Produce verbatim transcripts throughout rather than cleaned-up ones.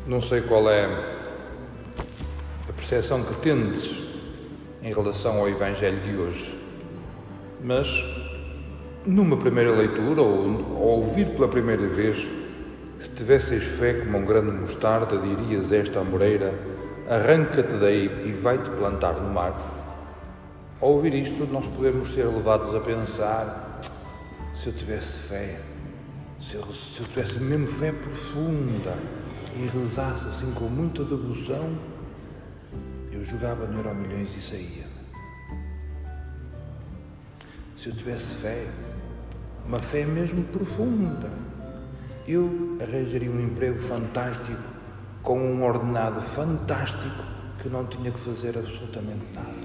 Não sei qual é a percepção que tendes em relação ao Evangelho de hoje, mas numa primeira leitura, ou ao ouvir pela primeira vez, se tivesseis fé como um grão de mostarda, dirias a esta amoreira: arranca-te daí e vai-te plantar no mar. Ao ouvir isto, nós podemos ser levados a pensar: se eu tivesse fé, se eu, se eu tivesse mesmo fé profunda e rezasse assim com muita devoção, eu jogava no Euromilhões e saía. Se eu tivesse fé, uma fé mesmo profunda, eu arranjaria um emprego fantástico, com um ordenado fantástico, que não tinha que fazer absolutamente nada.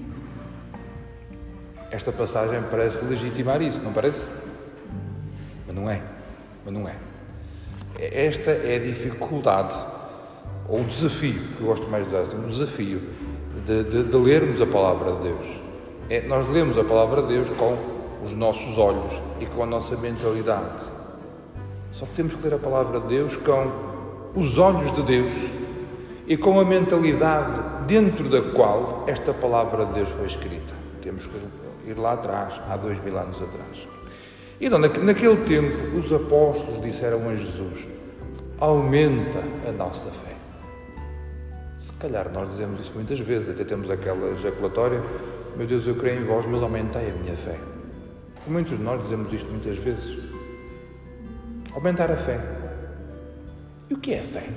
Esta passagem parece legitimar isso, não parece? Mas não é, mas não é. Esta é a dificuldade, ou o desafio, que eu gosto mais de usar assim, o desafio de, de, de lermos a Palavra de Deus. É, nós lemos a Palavra de Deus com os nossos olhos e com a nossa mentalidade. Só que temos que ler a Palavra de Deus com os olhos de Deus e com a mentalidade dentro da qual esta Palavra de Deus foi escrita. Temos que ir lá atrás, há dois mil anos atrás. Então, naquele tempo, os apóstolos disseram a Jesus: aumenta a nossa fé. Se calhar nós dizemos isso muitas vezes, até temos aquela ejaculatória: meu Deus, eu creio em vós, mas aumentai a minha fé. E muitos de nós dizemos isto muitas vezes. Aumentar a fé. E o que é fé?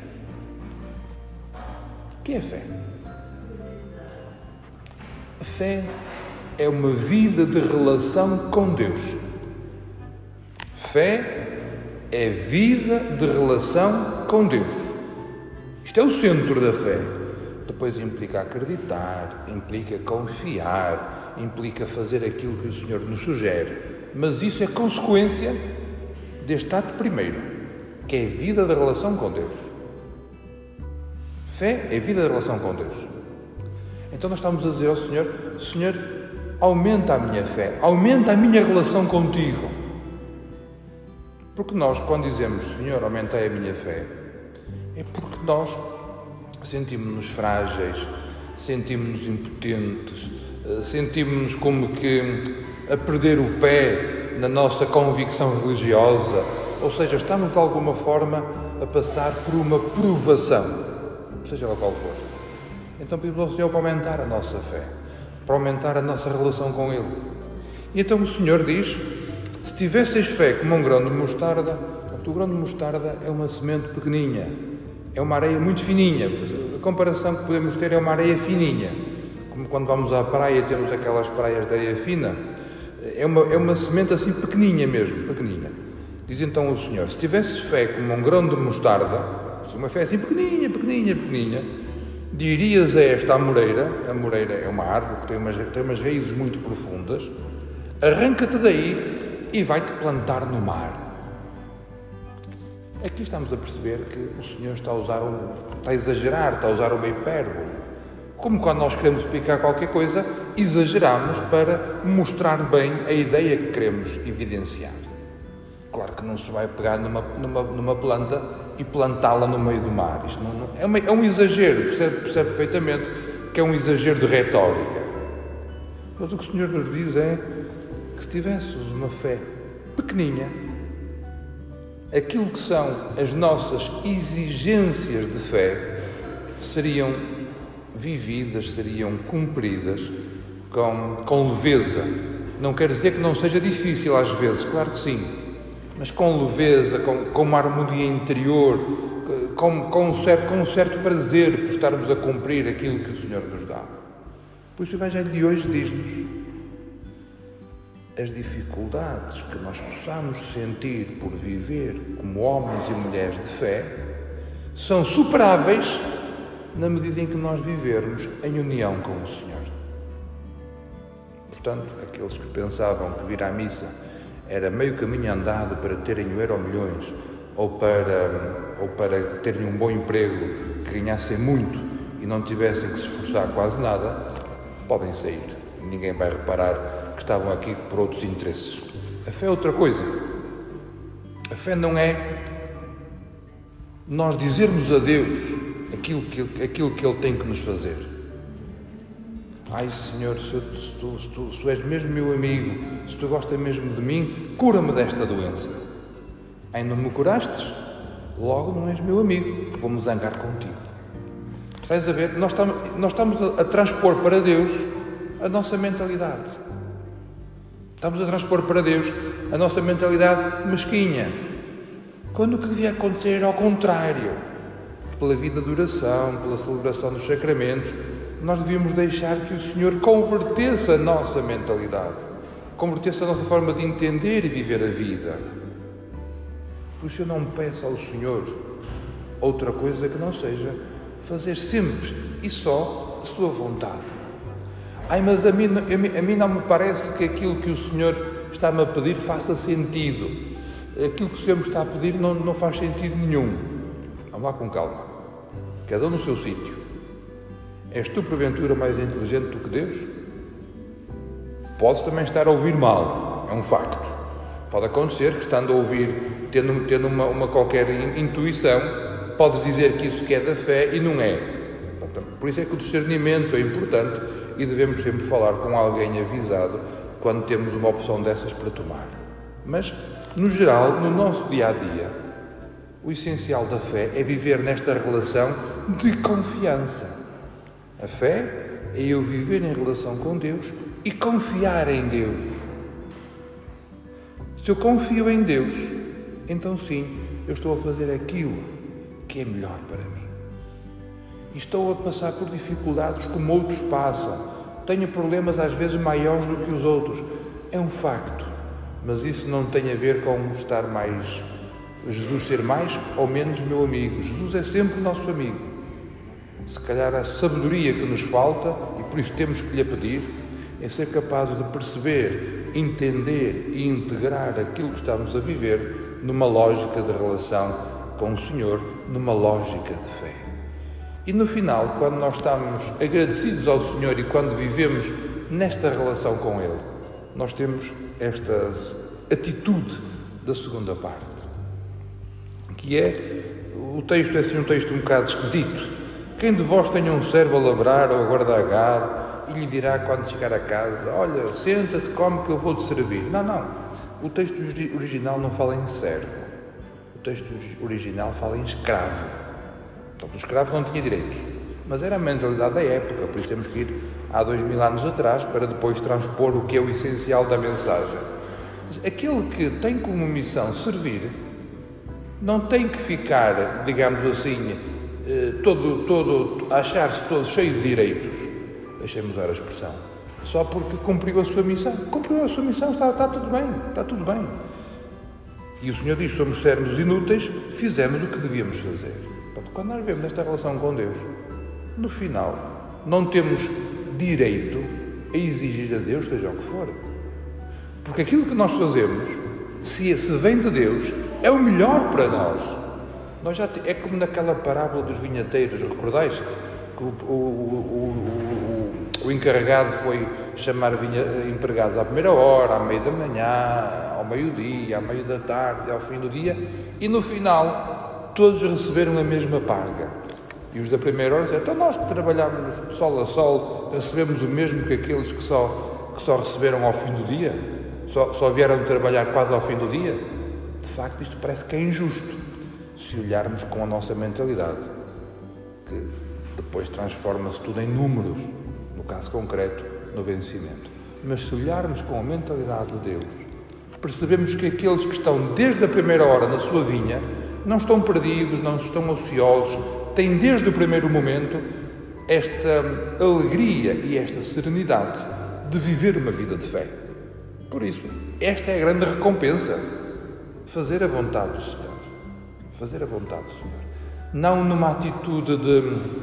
O que é fé? A fé é uma vida de relação com Deus. Fé é vida de relação com Deus. Isto é o centro da fé. Depois implica acreditar, implica confiar, implica fazer aquilo que o Senhor nos sugere. Mas isso é consequência deste ato primeiro, que é a vida de relação com Deus. Fé é vida de relação com Deus. Então nós estamos a dizer ao Senhor: Senhor, aumenta a minha fé, aumenta a minha relação contigo. Porque nós, quando dizemos Senhor, aumentei a minha fé, é porque nós sentimos-nos frágeis, sentimos-nos impotentes, sentimos-nos como que a perder o pé na nossa convicção religiosa, ou seja, estamos de alguma forma a passar por uma provação, seja lá qual for. Então pedimos ao Senhor para aumentar a nossa fé, para aumentar a nossa relação com Ele. E então o Senhor diz: se tivesseis fé como um grão de mostarda, o grão de mostarda é uma semente pequeninha, é uma areia muito fininha. A comparação que podemos ter é uma areia fininha, como quando vamos à praia temos aquelas praias de areia fina. É uma, é uma semente assim pequeninha mesmo, pequenina. Diz então o Senhor: se tivesses fé como um grão de mostarda, uma fé assim pequeninha, pequeninha, pequeninha, dirias a esta amoreira, a amoreira é uma árvore que tem umas, tem umas raízes muito profundas, arranca-te daí e vai-te plantar no mar. Aqui estamos a perceber que o Senhor está a usar, um, está a exagerar, está a usar uma hipérbole. Como quando nós queremos explicar qualquer coisa, exageramos para mostrar bem a ideia que queremos evidenciar. Claro que não se vai pegar numa, numa, numa planta e plantá-la no meio do mar. Isto não, não, é, uma, é um exagero, percebe, percebe perfeitamente que é um exagero de retórica. Mas o que o Senhor nos diz é que se tivéssemos uma fé pequeninha, aquilo que são as nossas exigências de fé seriam vividas, seriam cumpridas com, com leveza. Não quer dizer que não seja difícil às vezes, claro que sim, mas com leveza, com, com uma harmonia interior, com, com, um certo, com um certo prazer por estarmos a cumprir aquilo que o Senhor nos dá. Por isso o Evangelho de hoje diz-nos: as dificuldades que nós possamos sentir por viver como homens e mulheres de fé são superáveis na medida em que nós vivermos em união com o Senhor. Portanto, aqueles que pensavam que vir à missa era meio caminho andado para terem o Euromilhões ou para, ou para terem um bom emprego, que ganhassem muito e não tivessem que se esforçar quase nada, podem sair. Ninguém vai reparar que estavam aqui por outros interesses. A fé é outra coisa. A fé não é nós dizermos a Deus aquilo que, aquilo que Ele tem que nos fazer. Ai, Senhor, se, eu, se, tu, se, tu, se tu és mesmo meu amigo, se tu gostas mesmo de mim, cura-me desta doença. Ai, não me curastes? Logo não és meu amigo, vou-me zangar contigo. Estás a ver? Nós estamos, nós estamos a, a transpor para Deus a nossa mentalidade. Estamos a transpor para Deus a nossa mentalidade mesquinha. Quando o que devia acontecer era ao contrário. Pela vida de oração, pela celebração dos sacramentos, nós devíamos deixar que o Senhor convertesse a nossa mentalidade, convertesse a nossa forma de entender e viver a vida. Por isso eu não peço ao Senhor outra coisa que não seja fazer sempre e só a sua vontade. Ai, mas a mim, a mim não me parece que aquilo que o Senhor está-me a pedir faça sentido. Aquilo que o Senhor me está a pedir não, não faz sentido nenhum. Vamos lá com calma. Cada um no seu sítio. És tu, porventura, mais inteligente do que Deus? Podes também estar a ouvir mal. É um facto. Pode acontecer que, estando a ouvir, tendo, tendo uma, uma qualquer intuição, podes dizer que isso que é da fé e não é. Por isso é que o discernimento é importante e devemos sempre falar com alguém avisado quando temos uma opção dessas para tomar. Mas, no geral, no nosso dia-a-dia, o essencial da fé é viver nesta relação de confiança. A fé é eu viver em relação com Deus e confiar em Deus. Se eu confio em Deus, então sim, eu estou a fazer aquilo que é melhor para mim. E estou a passar por dificuldades como outros passam. Tenho problemas às vezes maiores do que os outros. É um facto. Mas isso não tem a ver com estar mais... Jesus ser mais ou menos meu amigo. Jesus é sempre nosso amigo. Se calhar a sabedoria que nos falta, e por isso temos que lhe pedir, é ser capazes de perceber, entender e integrar aquilo que estamos a viver numa lógica de relação com o Senhor, numa lógica de fé. E no final, quando nós estamos agradecidos ao Senhor e quando vivemos nesta relação com Ele, nós temos esta atitude da segunda parte, que é, o texto é assim um texto um bocado esquisito. Quem de vós tenha um servo a labrar ou a guardar gado e lhe dirá quando chegar a casa, olha, senta-te, come que eu vou-te servir. Não, não. O texto original não fala em servo. O texto original fala em escravo. Então, o escravo não tinha direitos. Mas era a mentalidade da época, por isso temos que ir há dois mil anos atrás para depois transpor o que é o essencial da mensagem. Mas aquele que tem como missão servir não tem que ficar, digamos assim, todo, todo, achar-se todo cheio de direitos, deixem-me usar a expressão, só porque cumpriu a sua missão. Cumpriu a sua missão, está, está tudo bem, está tudo bem. E o Senhor diz, somos servos inúteis, fizemos o que devíamos fazer. Portanto, quando nós vemos esta relação com Deus, no final, não temos direito a exigir a Deus, seja o que for. Porque aquilo que nós fazemos, se, se vem de Deus, é o melhor para nós. Nós já te, é como naquela parábola dos vinhateiros, recordais? Que o, o, o, o, o encarregado foi chamar vinha, empregados à primeira hora, à meia da manhã, ao meio-dia, à meio da tarde, ao fim do dia, e no final todos receberam a mesma paga. E os da primeira hora disseram, então nós que trabalhámos de sol a sol, recebemos o mesmo que aqueles que só, que só receberam ao fim do dia? Só, só vieram trabalhar quase ao fim do dia? De facto, isto parece que é injusto, se olharmos com a nossa mentalidade, que depois transforma-se tudo em números, no caso concreto, no vencimento. Mas se olharmos com a mentalidade de Deus, percebemos que aqueles que estão desde a primeira hora na sua vinha, não estão perdidos, não estão ociosos, têm desde o primeiro momento esta alegria e esta serenidade de viver uma vida de fé. Por isso, esta é a grande recompensa, fazer a vontade do Senhor. Fazer a vontade do Senhor. Não numa atitude de,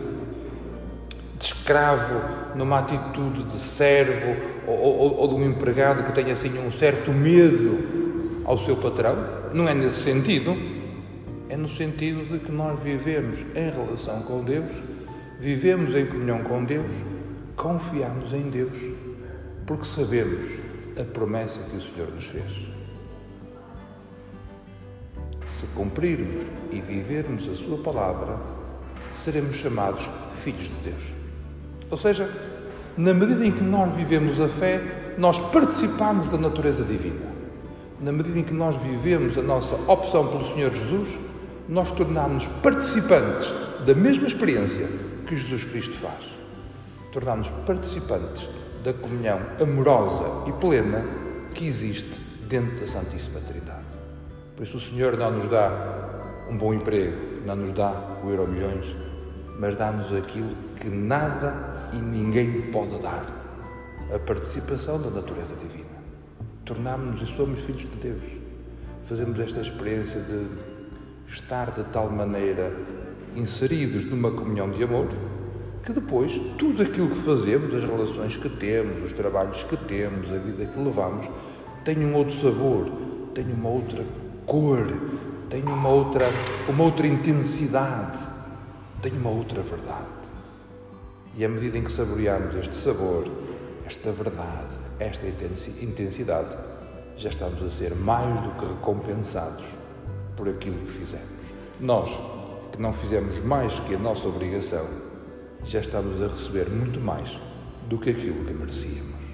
de escravo, numa atitude de servo ou, ou, ou de um empregado que tenha assim um certo medo ao seu patrão. Não é nesse sentido. É no sentido de que nós vivemos em relação com Deus, vivemos em comunhão com Deus, confiamos em Deus, porque sabemos a promessa que o Senhor nos fez. Se se cumprirmos e vivermos a sua palavra, seremos chamados filhos de Deus. Ou seja, na medida em que nós vivemos a fé, nós participamos da natureza divina. Na medida em que nós vivemos a nossa opção pelo Senhor Jesus, nós tornamos-nos participantes da mesma experiência que Jesus Cristo faz. Tornamos-nos participantes da comunhão amorosa e plena que existe dentro da Santíssima Trindade. Por isso o Senhor não nos dá um bom emprego, não nos dá o euro milhões, mas dá-nos aquilo que nada e ninguém pode dar, a participação da natureza divina. Tornamos-nos e somos filhos de Deus. Fazemos esta experiência de estar de tal maneira inseridos numa comunhão de amor, que depois tudo aquilo que fazemos, as relações que temos, os trabalhos que temos, a vida que levamos, tem um outro sabor, tem uma outra cor, tem uma outra, uma outra intensidade, tem uma outra verdade. E à medida em que saboreamos este sabor, esta verdade, esta intensidade, já estamos a ser mais do que recompensados por aquilo que fizemos. Nós, que não fizemos mais que a nossa obrigação, já estamos a receber muito mais do que aquilo que merecíamos.